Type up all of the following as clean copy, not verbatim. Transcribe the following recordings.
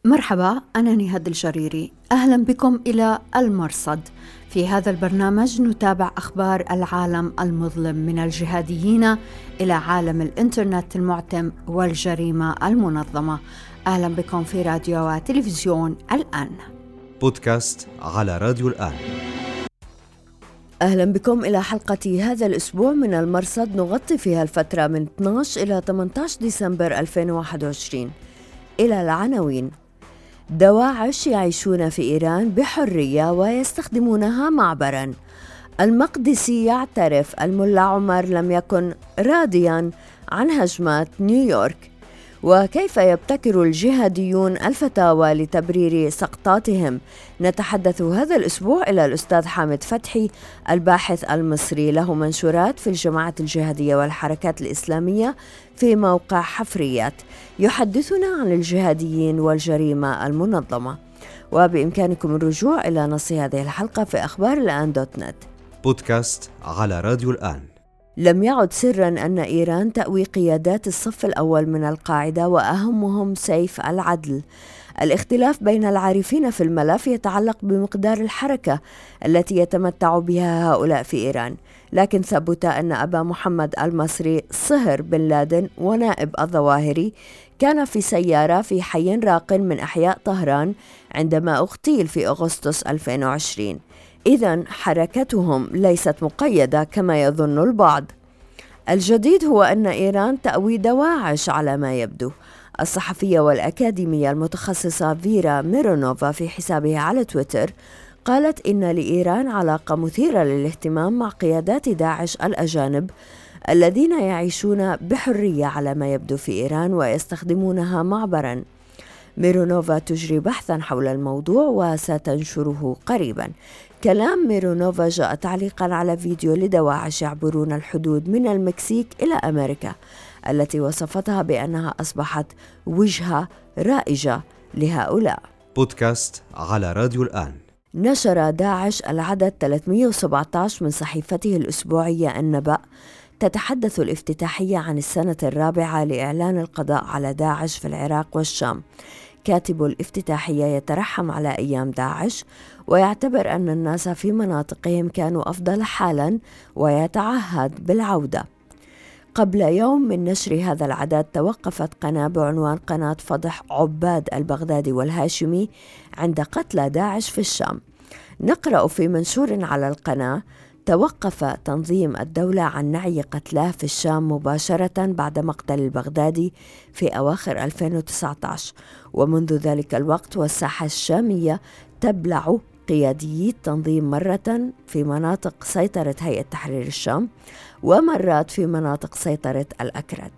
مرحبا، أنا نهاد الجريري. أهلا بكم إلى المرصد. في هذا البرنامج نتابع أخبار العالم المظلم من الجهاديين إلى عالم الإنترنت المعتم والجريمة المنظمة. أهلا بكم في راديو وتلفزيون الآن. بودكاست على راديو الآن. أهلا بكم إلى حلقة هذا الأسبوع من المرصد، نغطي فيها الفترة من 12 إلى 18 ديسمبر 2021. إلى العناوين: دواعش يعيشون في إيران بحرية ويستخدمونها معبراً. المقدسي يعترف الملا عمر لم يكن راضياً عن هجمات نيويورك. وكيف يبتكر الجهاديون الفتاوى لتبرير سقطاتهم؟ نتحدث هذا الأسبوع إلى الأستاذ حامد فتحي، الباحث المصري، له منشورات في الجماعات الجهادية والحركات الإسلامية في موقع حفريات، يحدثنا عن الجهاديين والجريمة المنظمة. وبإمكانكم الرجوع إلى نص هذه الحلقة في أخبار الآن .net. بودكاست على راديو الآن. لم يعد سراً أن إيران تأوي قيادات الصف الأول من القاعدة وأهمهم سيف العدل. الاختلاف بين العارفين في الملف يتعلق بمقدار الحركة التي يتمتع بها هؤلاء في إيران، لكن ثبت أن أبا محمد المصري صهر بن لادن ونائب الظواهري كان في سيارة في حي راق من أحياء طهران عندما اغتيل في أغسطس 2020. إذن حركتهم ليست مقيدة كما يظن البعض. الجديد هو أن إيران تأوي دواعش على ما يبدو. الصحفية والأكاديمية المتخصصة فيرا ميرونوفا في حسابها على تويتر قالت إن لإيران علاقة مثيرة للاهتمام مع قيادات داعش الأجانب الذين يعيشون بحرية على ما يبدو في إيران ويستخدمونها معبراً. ميرونوفا تجري بحثاً حول الموضوع وستنشره قريباً. كلام ميرونوفا جاء تعليقاً على فيديو لدواعش يعبرون الحدود من المكسيك إلى أمريكا، التي وصفتها بأنها أصبحت وجهة رائجة لهؤلاء. بودكاست على راديو الآن. نشر داعش العدد 317 من صحيفته الأسبوعية النبأ، تتحدث الافتتاحية عن السنة الرابعة لإعلان القضاء على داعش في العراق والشام. كاتب الافتتاحية يترحم على أيام داعش ويعتبر أن الناس في مناطقهم كانوا أفضل حالاً ويتعهد بالعودة. قبل يوم من نشر هذا العدد توقفت قناة بعنوان قناة فضح عباد البغدادي والهاشمي عند قتلى داعش في الشام. نقرأ في منشور على القناة: توقف تنظيم الدولة عن نعي قتلاه في الشام مباشرة بعد مقتل البغدادي في أواخر 2019، ومنذ ذلك الوقت والساحة الشامية تبلع قياديي التنظيم مرة في مناطق سيطرة هيئة تحرير الشام ومرات في مناطق سيطرة الأكراد.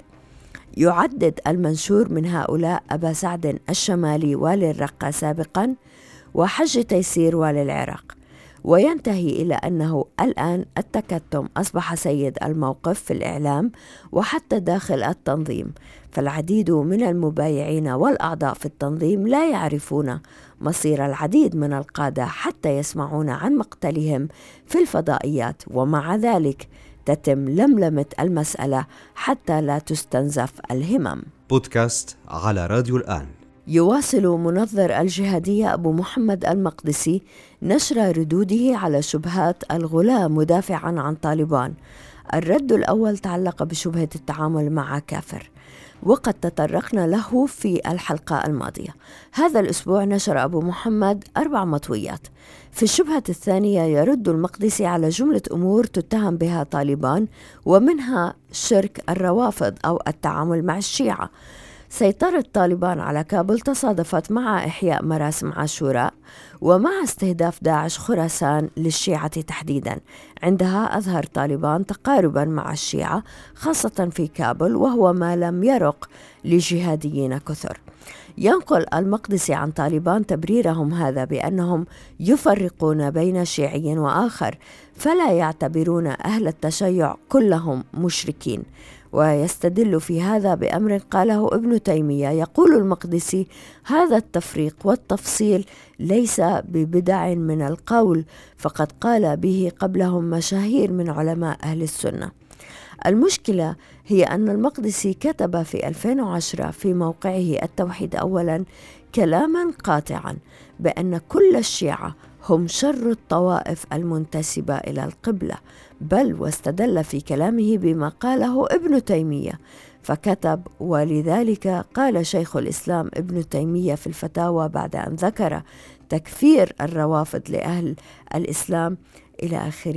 يعدد المنشور من هؤلاء أبا سعد الشمالي والي الرقة سابقا وحج تيسير والي العراق، وينتهي إلى أنه الآن التكتم أصبح سيد الموقف في الإعلام وحتى داخل التنظيم، فالعديد من المبايعين والأعضاء في التنظيم لا يعرفون مصير العديد من القادة حتى يسمعون عن مقتلهم في الفضائيات، ومع ذلك تتم لملمة المسألة حتى لا تستنزف الهمم. بودكاست على راديو الآن. يواصل منظر الجهادية أبو محمد المقدسي نشر ردوده على شبهات الغلاة مدافعا عن طالبان. الرد الأول تعلق بشبهة التعامل مع كافر، وقد تطرقنا له في الحلقة الماضية. هذا الأسبوع نشر أبو محمد 4 مطويات. في الشبهة الثانية يرد المقدسي على جملة أمور تتهم بها طالبان، ومنها شرك الروافض أو التعامل مع الشيعة. سيطرة طالبان على كابل تصادفت مع إحياء مراسم عاشوراء ومع استهداف داعش خراسان للشيعة تحديدا. عندها أظهر طالبان تقاربا مع الشيعة خاصة في كابل، وهو ما لم يرق لجهاديين كثر. ينقل المقدسي عن طالبان تبريرهم هذا بأنهم يفرقون بين شيعي وآخر، فلا يعتبرون أهل التشيع كلهم مشركين. ويستدل في هذا بأمر قاله ابن تيمية. يقول المقدسي: هذا التفريق والتفصيل ليس ببدع من القول، فقد قال به قبلهم مشاهير من علماء أهل السنة. المشكلة هي أن المقدسي كتب في 2010 في موقعه التوحيد أولا كلاما قاطعا بأن كل الشيعة هم شر الطوائف المنتسبة إلى القبلة، بل واستدل في كلامه بما قاله ابن تيمية فكتب: ولذلك قال شيخ الإسلام ابن تيمية في الفتاوى بعد أن ذكر تكفير الروافض لأهل الإسلام إلى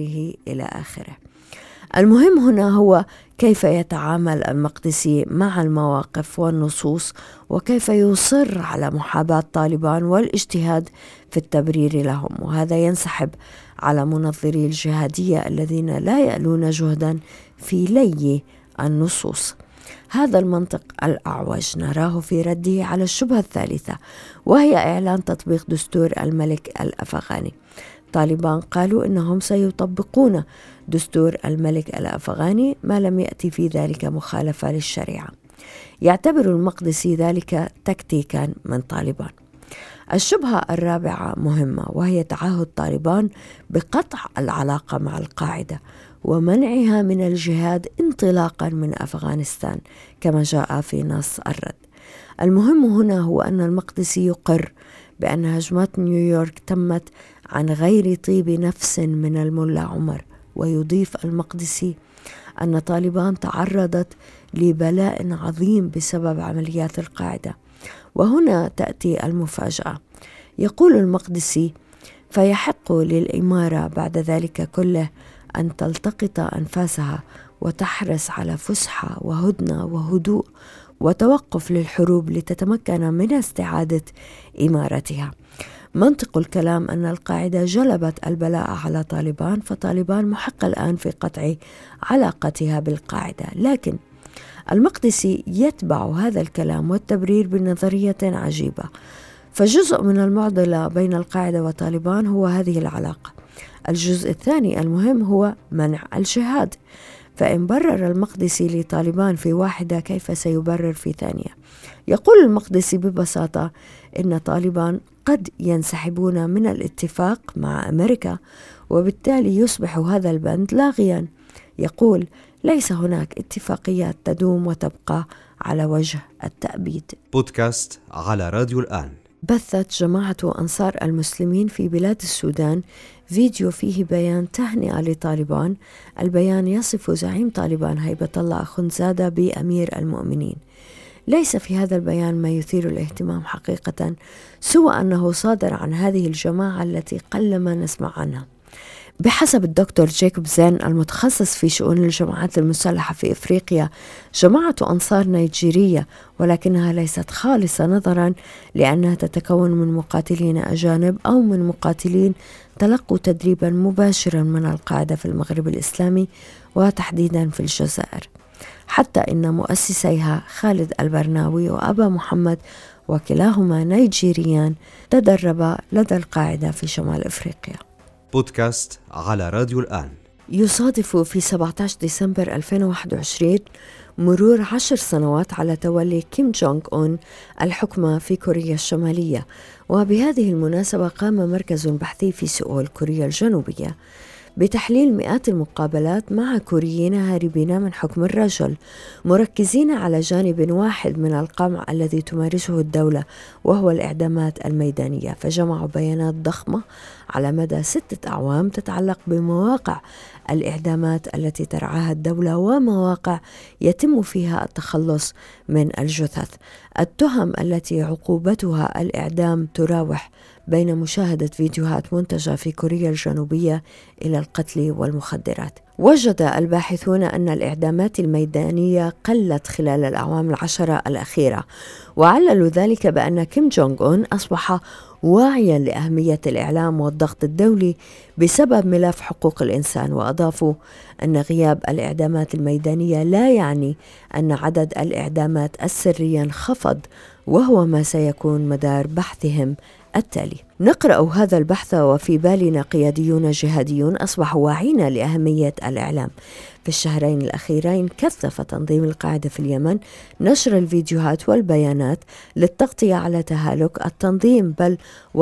آخره. المهم هنا هو كيف يتعامل المقدسي مع المواقف والنصوص، وكيف يصر على محاباة طالبان والاجتهاد في التبرير لهم، وهذا ينسحب على منظري الجهادية الذين لا يألون جهدا في لي النصوص. هذا المنطق الأعوج نراه في رده على الشبهة الثالثة، وهي إعلان تطبيق دستور الملك الأفغاني. طالبان قالوا إنهم سيطبقون دستور الملك الأفغاني ما لم يأتي في ذلك مخالفة للشريعة. يعتبر المقدسي ذلك تكتيكا من طالبان. الشبهة الرابعة مهمة، وهي تعهد طالبان بقطع العلاقة مع القاعدة ومنعها من الجهاد انطلاقا من أفغانستان كما جاء في نص الرد. المهم هنا هو أن المقدسي يقر بأن هجمات نيويورك تمت عن غير طيب نفس من الملا عمر، ويضيف المقدسي أن طالبان تعرضت لبلاء عظيم بسبب عمليات القاعدة. وهنا تأتي المفاجأة. يقول المقدسي: فيحق للإمارة بعد ذلك كله أن تلتقط أنفاسها وتحرص على فسحة وهدنة وهدوء وتوقف للحروب لتتمكن من استعادة إمارتها. منطق الكلام أن القاعدة جلبت البلاء على طالبان، فطالبان محق الآن في قطع علاقتها بالقاعدة. لكن المقدسي يتبع هذا الكلام والتبرير بنظرية عجيبة، فجزء من المعضلة بين القاعدة وطالبان هو هذه العلاقة. الجزء الثاني المهم هو منع الجهاد، فإن برر المقدسي لطالبان في واحدة كيف سيبرر في ثانية؟ يقول المقدسي ببساطة إن طالبان قد ينسحبون من الاتفاق مع أمريكا، وبالتالي يصبح هذا البند لاغيا. يقول: ليس هناك اتفاقيات تدوم وتبقى على وجه التأبيد. بودكاست على راديو الآن. بثت جماعة أنصار المسلمين في بلاد السودان فيديو فيه بيان تهنئة لطالبان. البيان يصف زعيم طالبان هيبة الله أخندزادة بأمير المؤمنين. ليس في هذا البيان ما يثير الاهتمام حقيقة سوى أنه صادر عن هذه الجماعة التي قلما نسمع عنها. بحسب الدكتور جاكوب زين المتخصص في شؤون الجماعات المسلحة في إفريقيا، جماعة أنصار نيجيرية، ولكنها ليست خالصة نظرا لأنها تتكون من مقاتلين أجانب أو من مقاتلين تلقوا تدريبا مباشرا من القاعدة في المغرب الإسلامي وتحديدا في الجزائر. حتى إن مؤسسيها خالد البرناوي وأبا محمد وكلاهما نيجيريان تدربا لدى القاعدة في شمال إفريقيا. بودكاست على راديو الآن. يصادف في 17 ديسمبر 2021 مرور 10 سنوات على تولي كيم جونغ أون الحكم في كوريا الشمالية، وبهذه المناسبة قام مركز بحثي في سؤول كوريا الجنوبية بتحليل مئات المقابلات مع كوريين هاربين من حكم الرجل، مركزين على جانب واحد من القمع الذي تمارسه الدولة وهو الإعدامات الميدانية. فجمعوا بيانات ضخمة على مدى 6 أعوام تتعلق بمواقع الإعدامات التي ترعاها الدولة ومواقع يتم فيها التخلص من الجثث. التهم التي عقوبتها الإعدام تراوح بين مشاهدة فيديوهات منتجة في كوريا الجنوبية إلى القتل والمخدرات. وجد الباحثون أن الإعدامات الميدانية قلت خلال الأعوام 10 الأخيرة، وعللوا ذلك بأن كيم جونغ أون أصبح واعيا لأهمية الإعلام والضغط الدولي بسبب ملف حقوق الإنسان. وأضافوا أن غياب الإعدامات الميدانية لا يعني أن عدد الإعدامات السرية انخفض، وهو ما سيكون مدار بحثهم التالي. نقرأ هذا البحث وفي بالنا قياديون جهاديون أصبحوا واعين لأهمية الإعلام. في الشهرين الأخيرين كثف تنظيم القاعدة في اليمن نشر الفيديوهات والبيانات للتغطية على تهالك التنظيم بل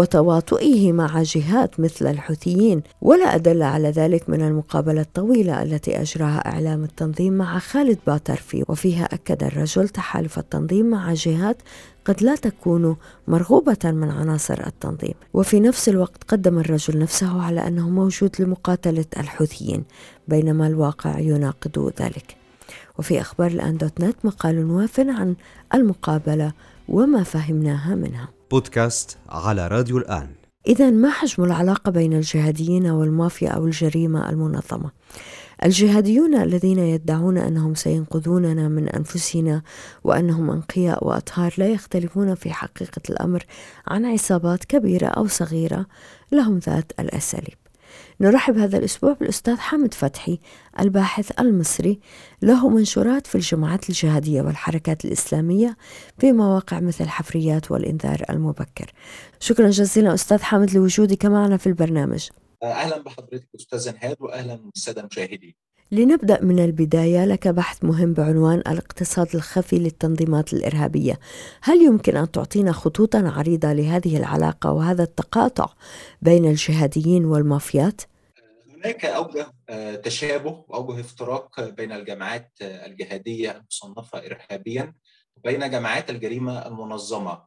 وتواطئه مع جهات مثل الحوثيين، ولا أدل على ذلك من المقابلة الطويلة التي أجراها إعلام التنظيم مع خالد باترفي، وفيها أكد الرجل تحالف التنظيم مع جهات قد لا تكون مرغوبة من عناصر التنظيم. وفي نفس الوقت قدم الرجل نفسه على أنه موجود لمقاتلة الحوثيين، بينما الواقع يناقض ذلك. وفي أخبار الآن دوت نت مقال واف عن المقابلة وما فهمناها منها. بودكاست على راديو الآن. إذن ما حجم العلاقة بين الجهاديين والمافيا أو الجريمة المنظمة؟ الجهاديون الذين يدعون أنهم سينقذوننا من أنفسنا وأنهم أنقياء وأطهار لا يختلفون في حقيقة الأمر عن عصابات كبيرة أو صغيرة لهم ذات الأساليب. نرحب هذا الأسبوع بالأستاذ حامد فتحي، الباحث المصري، له منشورات في الجماعات الجهادية والحركات الإسلامية في مواقع مثل حفريات والإنذار المبكر. شكرا جزيلا أستاذ حامد لوجودك معنا في البرنامج. أهلا بحضرتك أستاذ نهاد، وأهلا بالسادة المشاهدين. لنبدأ من البداية، لك بحث مهم بعنوان الاقتصاد الخفي للتنظيمات الإرهابية. هل يمكن أن تعطينا خطوطا عريضة لهذه العلاقة وهذا التقاطع بين الجهاديين والمافيات؟ هناك أوجه تشابه وأوجه افتراق بين الجماعات الجهادية المصنفة إرهابيا وبين جماعات الجريمة المنظمة،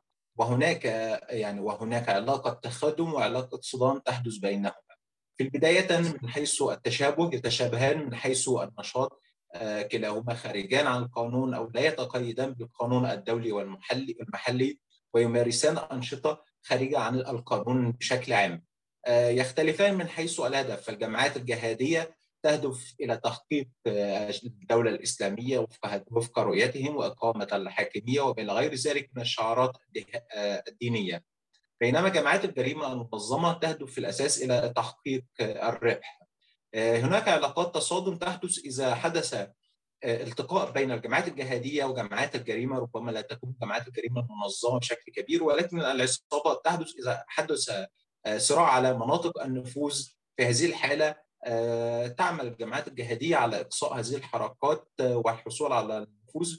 وهناك علاقة تخادم وعلاقة صدام تحدث بينهما. في البداية من حيث التشابه، يتشابهان من حيث النشاط، كلاهما خارجان عن القانون أو لا يتقيدان بالقانون الدولي والمحلي، ويمارسان أنشطة خارجة عن القانون بشكل عام. يختلفان من حيث الهدف، فالجماعات الجهادية تهدف إلى تحقيق الدولة الإسلامية وفق رؤيتهم وإقامة الحاكمية وإلى غير ذلك من الشعارات الدينية، بينما جماعات الجريمة المنظمة تهدف في الأساس إلى تحقيق الربح. هناك علاقات تصادم تحدث إذا حدث التقاء بين الجماعات الجهادية وجماعات الجريمة. ربما لا تكون جماعات الجريمة المنظمة بشكل كبير، ولكن العصابة تحدث إذا حدث صراع على مناطق النفوذ. في هذه الحالة تعمل الجماعات الجهادية على إقصاء هذه الحركات والحصول على النفوذ،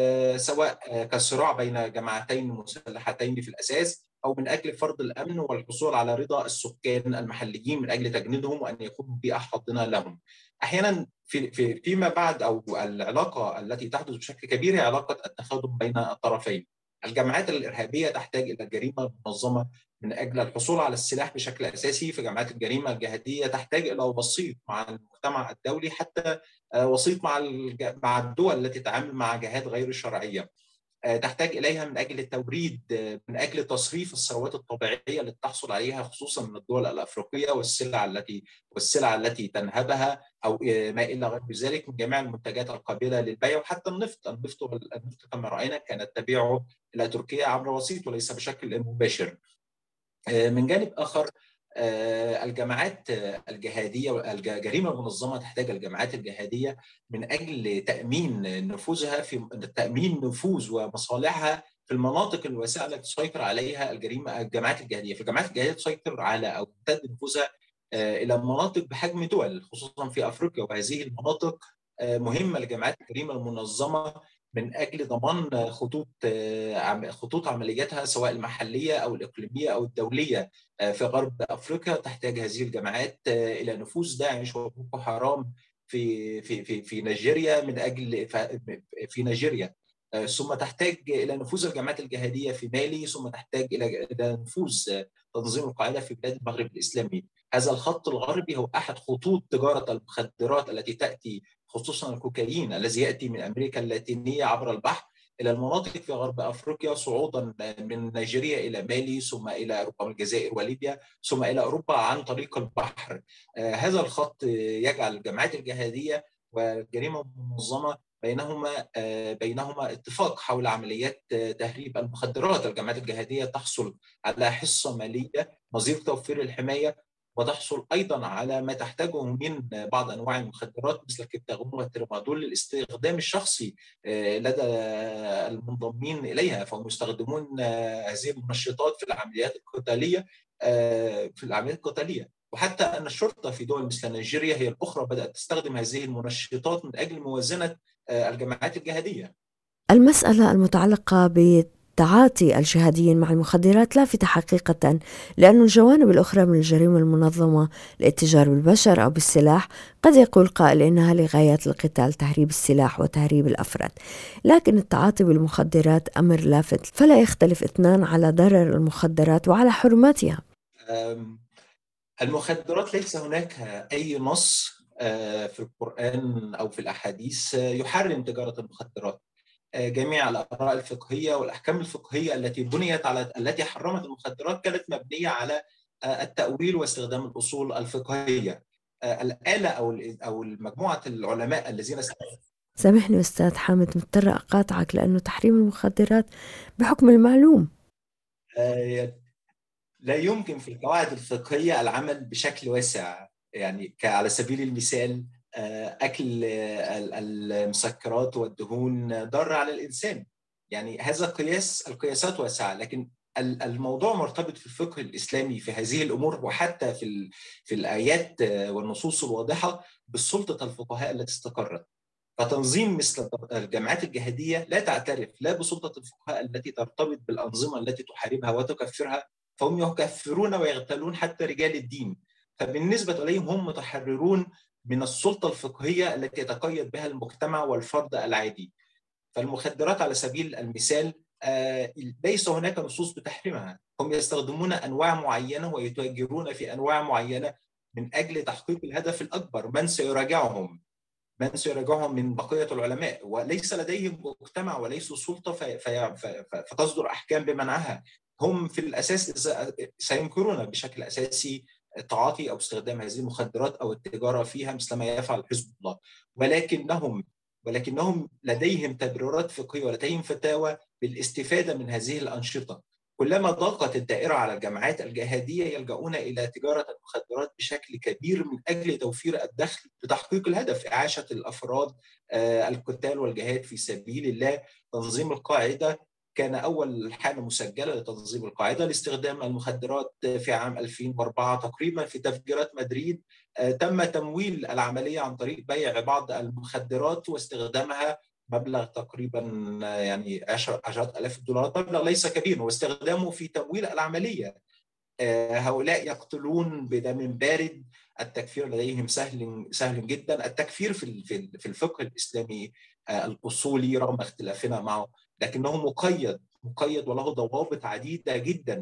سواء كصراع بين جماعتين مسلحتين في الأساس، أو من أجل فرض الأمن والحصول على رضا السكان المحليين من أجل تجنيدهم وأن يكونوا بيئة حاضنة لهم. أحيانا فيما بعد، أو العلاقة التي تحدث بشكل كبير هي علاقة التخاذل بين الطرفين. الجماعات الإرهابية تحتاج إلى الجريمة المنظمة من أجل الحصول على السلاح بشكل أساسي، في جماعات الجريمة الجهادية تحتاج إلى وسيط مع المجتمع الدولي، حتى وسيط مع الدول التي تتعامل مع جهات غير شرعية، تحتاج إليها من أجل التوريد، من أجل تصريف الثروات الطبيعية التي تحصل عليها خصوصا من الدول الأفريقية والسلع التي تنهبها، أو ما إلى غير ذلك من جميع المنتجات القابلة للبيع. وحتى النفط كما رأينا كانت تبيعه إلى تركيا عبر وسيط وليس بشكل مباشر. من جانب آخر، الجماعات الجهادية والجريمة المنظمة تحتاج الجماعات الجهادية من أجل تأمين نفوذها، في تأمين نفوذ ومصالحها في المناطق الواسعة التي تسيطر عليها الجماعات الجهادية. فالجماعات الجهادية تسيطر على أو تمتد نفوذها إلى مناطق بحجم دول، خصوصا في أفريقيا، وهذه المناطق مهمة لجماعات الجريمة المنظمة من أجل ضمان خطوط عملياتها سواء المحلية أو الإقليمية أو الدولية. في غرب أفريقيا تحتاج هذه الجماعات إلى نفوذ داعش وبوكو حرام في نيجيريا، في نيجيريا، ثم تحتاج إلى نفوذ الجماعات الجهادية في مالي، ثم تحتاج إلى نفوذ تنظيم القاعدة في بلاد المغرب الإسلامي. هذا الخط الغربي هو أحد خطوط تجارة المخدرات التي تأتي، خصوصا الكوكايين الذي يأتي من أمريكا اللاتينية عبر البحر إلى المناطق في غرب أفريقيا، صعودا من نيجيريا إلى مالي، ثم إلى ربما الجزائر وليبيا، ثم إلى أوروبا عن طريق البحر. هذا الخط يجعل الجماعات الجهادية والجريمة المنظمة بينهما اتفاق حول عمليات تهريب المخدرات. الجماعات الجهادية تحصل على حصة مالية نظير توفير الحماية، وتحصل أيضا على ما تحتاجه من بعض أنواع المخدرات مثل الكبتاغون والترامادول للاستخدام الشخصي لدى المنضمين إليها، فهم يستخدمون هذه المنشطات في العمليات القتالية. وحتى أن الشرطة في دول مثل نيجيريا هي الأخرى بدأت تستخدم هذه المنشطات من أجل موازنة الجماعات الجهادية. المسألة المتعلقة تعاطي الجهاديين مع المخدرات لافتة حقيقة، لأن الجوانب الأخرى من الجريمة المنظمة الاتجار بالبشر أو بالسلاح قد يقول قائل إنها لغايات القتال، تهريب السلاح وتهريب الأفراد، لكن التعاطي بالمخدرات أمر لافت، فلا يختلف اثنان على ضرر المخدرات وعلى حرمتها. المخدرات ليس هناك أي نص في القرآن أو في الأحاديث يحرم تجارة المخدرات. جميع الآراء الفقهية والأحكام الفقهية التي بنيت على التي حرمت المخدرات كانت مبنية على التأويل واستخدام الأصول الفقهية. الآلة أو مجموعة العلماء الذين سامحني أستاذ حامد، مضطرة أقاطعك لأنه تحريم المخدرات بحكم المعلوم لا يمكن في القواعد الفقهية العمل بشكل واسع. يعني على سبيل المثال أكل المسكرات والدهون ضار على الإنسان. يعني هذا القياسات واسعة، لكن الموضوع مرتبط في الفقه الإسلامي في هذه الأمور، وحتى في الآيات والنصوص الواضحة بالسلطة الفقهاء التي استقرت. فتنظيم مثل الجماعات الجهادية لا تعترف لا بسلطة الفقهاء التي ترتبط بالأنظمة التي تحاربها وتكفرها، فهم يكفرون ويغتالون حتى رجال الدين. فبالنسبة إليهم هم متحررون من السلطة الفقهية التي يتقيد بها المجتمع والفرد العادي. فالمخدرات على سبيل المثال ليس هناك نصوص بتحريمها، هم يستخدمون أنواع معينة ويتاجرون في أنواع معينة من أجل تحقيق الهدف الأكبر. من سيراجعهم من بقية العلماء؟ وليس لديهم مجتمع وليسوا سلطة فتصدر أحكام بمنعها. هم في الأساس سينكرون بشكل أساسي تعاطي أو استخدام هذه المخدرات أو التجارة فيها مثل ما يفعل حزب الله، ولكنهم لديهم تبريرات فقهية ولديهم فتاوى بالاستفادة من هذه الأنشطة. كلما ضاقت الدائرة على الجماعات الجهادية يلجؤون إلى تجارة المخدرات بشكل كبير من أجل توفير الدخل لتحقيق الهدف، إعاشة الأفراد، القتال والجهاد في سبيل الله. تنظيم القاعدة كان أول حالة مسجلة لتنظيم القاعدة لاستخدام المخدرات في عام 2004 تقريبا في تفجيرات مدريد. تم تمويل العملية عن طريق بيع بعض المخدرات واستخدامها، مبلغ تقريبا يعني عشرات آلاف الدولارات، مبلغ ليس كبير، واستخدامه في تمويل العملية. هؤلاء يقتلون بدم بارد. التكفير لديهم سهل جدا. التكفير في الفقه الإسلامي الأصولي رغم اختلافنا معه، لكنه مقيد وله ضوابط عديدة جدا.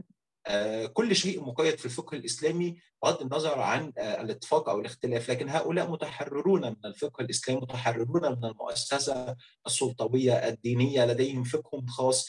كل شيء مقيد في الفقه الإسلامي بغض النظر عن الاتفاق أو الاختلاف، لكن هؤلاء متحررون من الفقه الإسلامي، متحررون من المؤسسة السلطوية الدينية، لديهم فقه خاص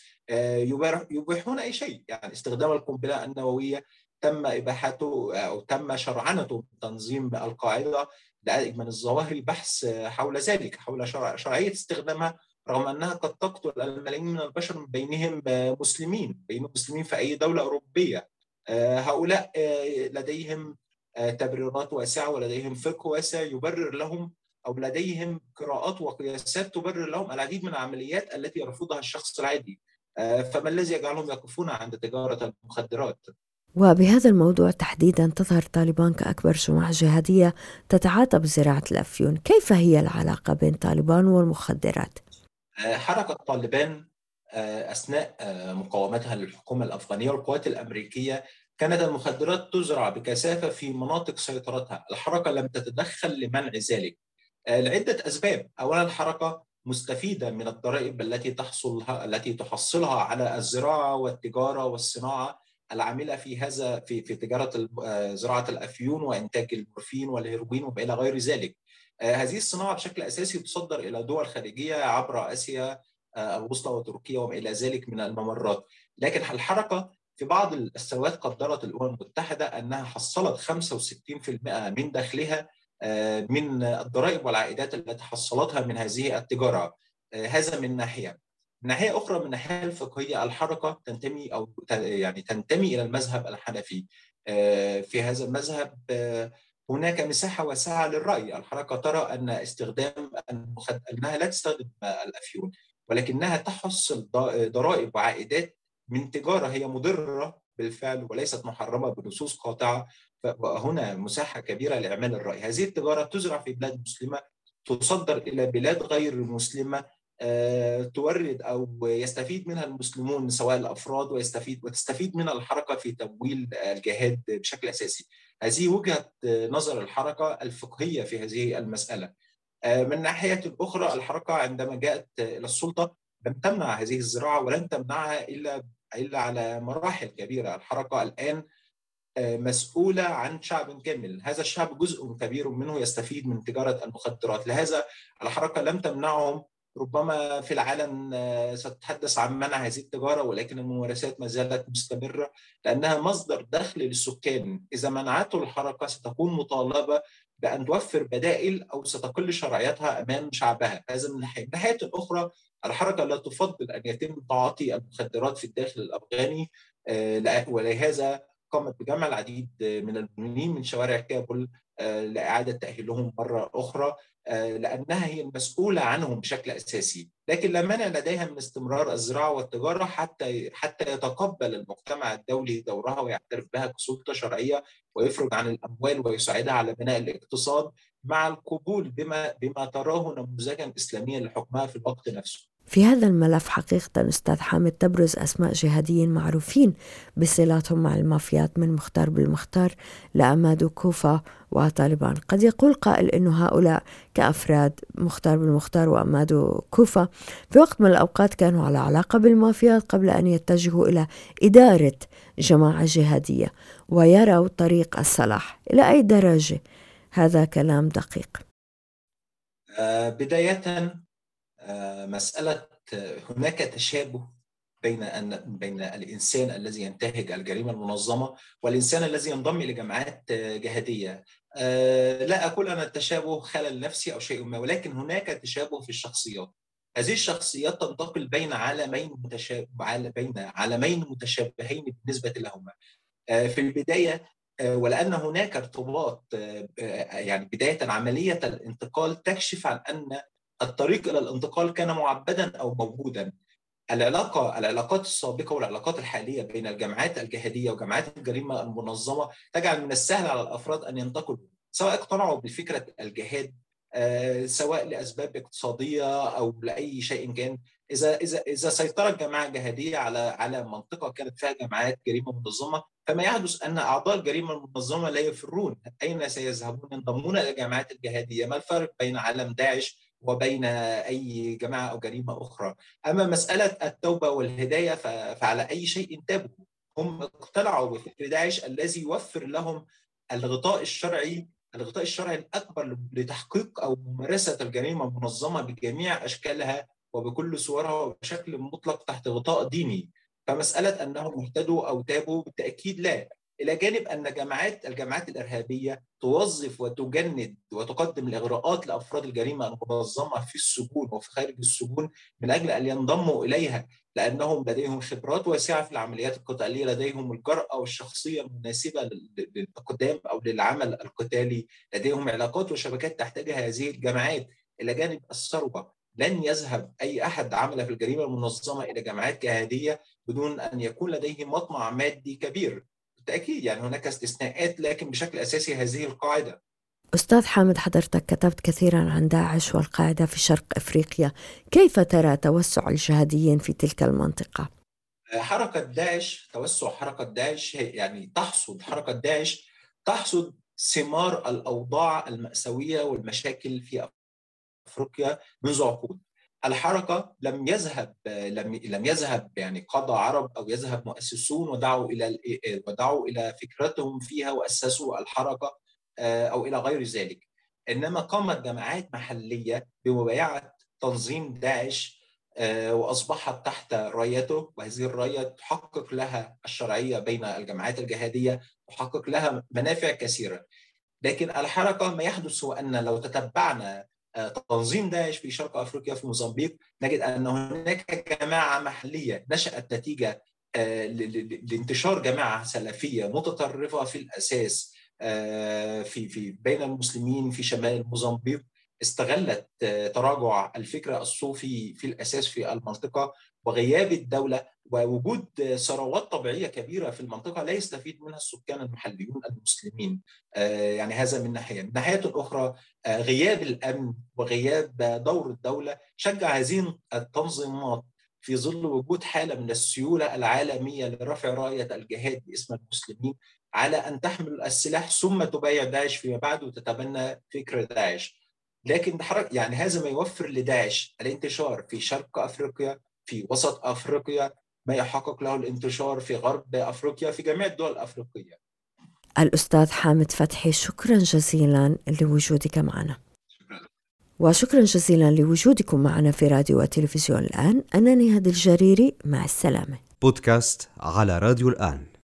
يبيحون أي شيء. يعني استخدام القنبلة النووية تم إباحته أو تم شرعنته بتنظيم القاعدة من الظواهر البحث حول ذلك، حول شرعية استخدامها، رغم أنها قد تقتل الملايين من البشر من بينهم مسلمين في أي دولة أوروبية. هؤلاء لديهم تبريرات واسعة ولديهم فقه واسع يبرر لهم، أو لديهم قراءات وقياسات تبرر لهم العديد من العمليات التي يرفضها الشخص العادي. فما الذي يجعلهم يقفون عند تجارة المخدرات؟ وبهذا الموضوع تحديدا تظهر طالبان كأكبر جماعة جهادية تتعاطى بزراعة الأفيون. كيف هي العلاقة بين طالبان والمخدرات؟ حركة طالبان أثناء مقاومتها للحكومة الأفغانية والقوات الأمريكية كانت المخدرات تزرع بكثافة في مناطق سيطرتها. الحركة لم تتدخل لمنع ذلك لعدة أسباب. أولا، الحركة مستفيدة من الضرائب التي تحصلها على الزراعة والتجارة والصناعة العاملة في تجارة زراعة الأفيون وإنتاج المورفين والهيروين وما إلى غير ذلك. هذه الصناعة بشكل أساسي تصدر إلى دول خارجية عبر آسيا الوسطى وتركيا وما إلى ذلك من الممرات. لكن الحركة في بعض السنوات قدرت الأمم المتحدة أنها حصلت 65% من دخلها من الضرائب والعائدات التي حصلتها من هذه التجارة. هذا من ناحية. من ناحية أخرى، من الناحية الفقهية، الحركة تنتمي إلى المذهب الحنفي. في هذا المذهب هناك مساحة واسعة للرأي. الحركة ترى أن أنها لا تستخدم الأفيون، ولكنها تحصل ضرائب وعائدات من تجارة هي مضرة بالفعل وليست محرمة بنصوص قاطعة. فهنا مساحة كبيرة لإعمال الرأي. هذه التجارة تزرع في بلاد مسلمة، تصدر إلى بلاد غير مسلمة، تورد أو يستفيد منها المسلمون سواء الأفراد، وتستفيد منها الحركة في تمويل الجهاد بشكل أساسي. هذه وجهة نظر الحركة الفقهية في هذه المسألة. من ناحية أخرى، الحركة عندما جاءت إلى السلطة لم تمنع هذه الزراعة، ولن تمنعها إلا على مراحل كبيرة. الحركة الآن مسؤولة عن شعب كامل، هذا الشعب جزء كبير منه يستفيد من تجارة المخدرات، لهذا الحركة لم تمنعهم. ربما في العالم ستتحدث عن منع هذه التجارة، ولكن الممارسات ما زالت مستمرة لأنها مصدر دخل للسكان. إذا منعته الحركة ستكون مطالبة بأن توفر بدائل أو ستقل شرعيتها أمام شعبها. هذا من ناحية. من ناحية أخرى، الحركة لا تفضل أن يتم تعاطي المخدرات في الداخل الأفغاني، ولهذا قامت بجمع العديد من المؤمنين من شوارع كابول لإعادة تأهيلهم مرة أخرى، لأنها هي المسؤولة عنهم بشكل أساسي. لكن لا مانع لديها من استمرار الزراعة والتجارة حتى يتقبل المجتمع الدولي دورها ويعترف بها كسلطة شرعية، ويفرج عن الأموال ويساعدها على بناء الاقتصاد مع القبول بما تراه نموذجا إسلاميا لحكمها في الوقت نفسه. في هذا الملف حقيقة أستاذ حامد تبرز أسماء جهاديين معروفين بصلاتهم مع المافيات، من مختار بالمختار لأمادو كوفا وطالبان. قد يقول قائل أن هؤلاء كأفراد، مختار بالمختار وأمادو كوفا، في وقت من الأوقات كانوا على علاقة بالمافيات قبل أن يتجهوا إلى إدارة جماعة جهادية ويروا طريق الصلاح. إلى أي درجة هذا كلام دقيق؟ بداية، مسألة هناك تشابه بين الإنسان الذي ينتهج الجريمة المنظمة والإنسان الذي ينضم إلى جماعات جهادية. لا أقول أن التشابه خلل نفسي أو شيء ما، ولكن هناك تشابه في الشخصيات. هذه الشخصيات تنتقل بين عالمين متشابهين بالنسبة لهما في البداية، ولأن هناك ارتباط. يعني بداية عملية الانتقال تكشف عن أن الطريق إلى الانتقال كان معبدا أو موجودا. العلاقات السابقة والعلاقات الحالية بين الجماعات الجهادية وجماعات الجريمة المنظمة تجعل من السهل على الأفراد أن ينتقلوا، سواء اقتنعوا بفكرة الجهاد، سواء لأسباب اقتصادية أو لأي شيء كان. إذا سيطرت جماعة جهادية على منطقة كانت فيها جماعات جريمة منظمة، فما يحدث أن أعضاء الجريمة المنظمة لا يفرون. أين سيذهبون؟ ينضمون إلى الجماعات الجهادية. ما الفرق بين عالم داعش وبين أي جماعة أو جريمة أخرى؟ أما مسألة التوبة والهداية فعلى أي شيء تابوا. هم اقتنعوا بفكر داعش الذي يوفر لهم الغطاء الشرعي الأكبر لتحقيق أو ممارسة الجريمة المنظمة بجميع أشكالها وبكل صورها وبشكل مطلق تحت غطاء ديني. فمسألة أنهم اهتدوا أو تابوا بالتأكيد لا، إلى جانب أن الجماعات الإرهابية توظف وتجند وتقدم الإغراءات لأفراد الجريمة المنظمة في السجون وفي خارج السجون من أجل أن ينضموا إليها، لأنهم لديهم خبرات واسعة في العمليات القتالية، لديهم الجرأة والشخصية المناسبة للإقدام أو للعمل القتالي، لديهم علاقات وشبكات تحتاجها هذه الجماعات، إلى جانب الثروة. لن يذهب أي أحد عمل في الجريمة المنظمة إلى جماعات جهادية بدون أن يكون لديه مطمع مادي كبير. بالتأكيد يعني هناك استثناءات، لكن بشكل أساسي هذه القاعدة. أستاذ حامد، حضرتك كتبت كثيرا عن داعش والقاعدة في شرق أفريقيا، كيف ترى توسع الجهاديين في تلك المنطقة؟ حركة داعش، توسع حركة داعش يعني حركة داعش تحصد ثمار الأوضاع المأساوية والمشاكل في أفريقيا منذ عقود. الحركة لم يذهب يعني قادة عرب أو يذهب مؤسسون ودعوا إلى فكرتهم فيها وأسسوا الحركة أو إلى غير ذلك، إنما قامت جماعات محلية بمبايعة تنظيم داعش وأصبحت تحت رايته، وهذه الراية تحقق لها الشرعية بين الجماعات الجهادية، تحقق لها منافع كثيرة. لكن الحركة ما يحدث هو أن لو تتبعنا تنظيم داعش في شرق أفريقيا في موزمبيق نجد أن هناك جماعة محلية نشأت نتيجة لانتشار جماعة سلفية متطرفة في الأساس في بين المسلمين في شمال موزمبيق، استغلت تراجع الفكر الصوفي في الأساس في المنطقة وغياب الدولة ووجود ثروات طبيعية كبيرة في المنطقة لا يستفيد منها السكان المحليون المسلمين. يعني هذا من ناحية. من ناحية أخرى غياب الأمن وغياب دور الدولة شجع هذه التنظيمات في ظل وجود حالة من السيولة العالمية لرفع راية الجهاد باسم المسلمين على أن تحمل السلاح ثم تبايع داعش فيما بعد وتتبنى فكر داعش. لكن يعني هذا ما يوفر لداعش الانتشار في شرق أفريقيا، في وسط أفريقيا، ما يحقق له الانتشار في غرب أفريقيا، في جميع الدول الأفريقية. الأستاذ حامد فتحي، شكرا جزيلا لوجودك معنا. وشكرا جزيلا لوجودكم معنا في راديو وتلفزيون الآن. أنا نهاد الجريري، مع السلامة. بودكاست على راديو الآن.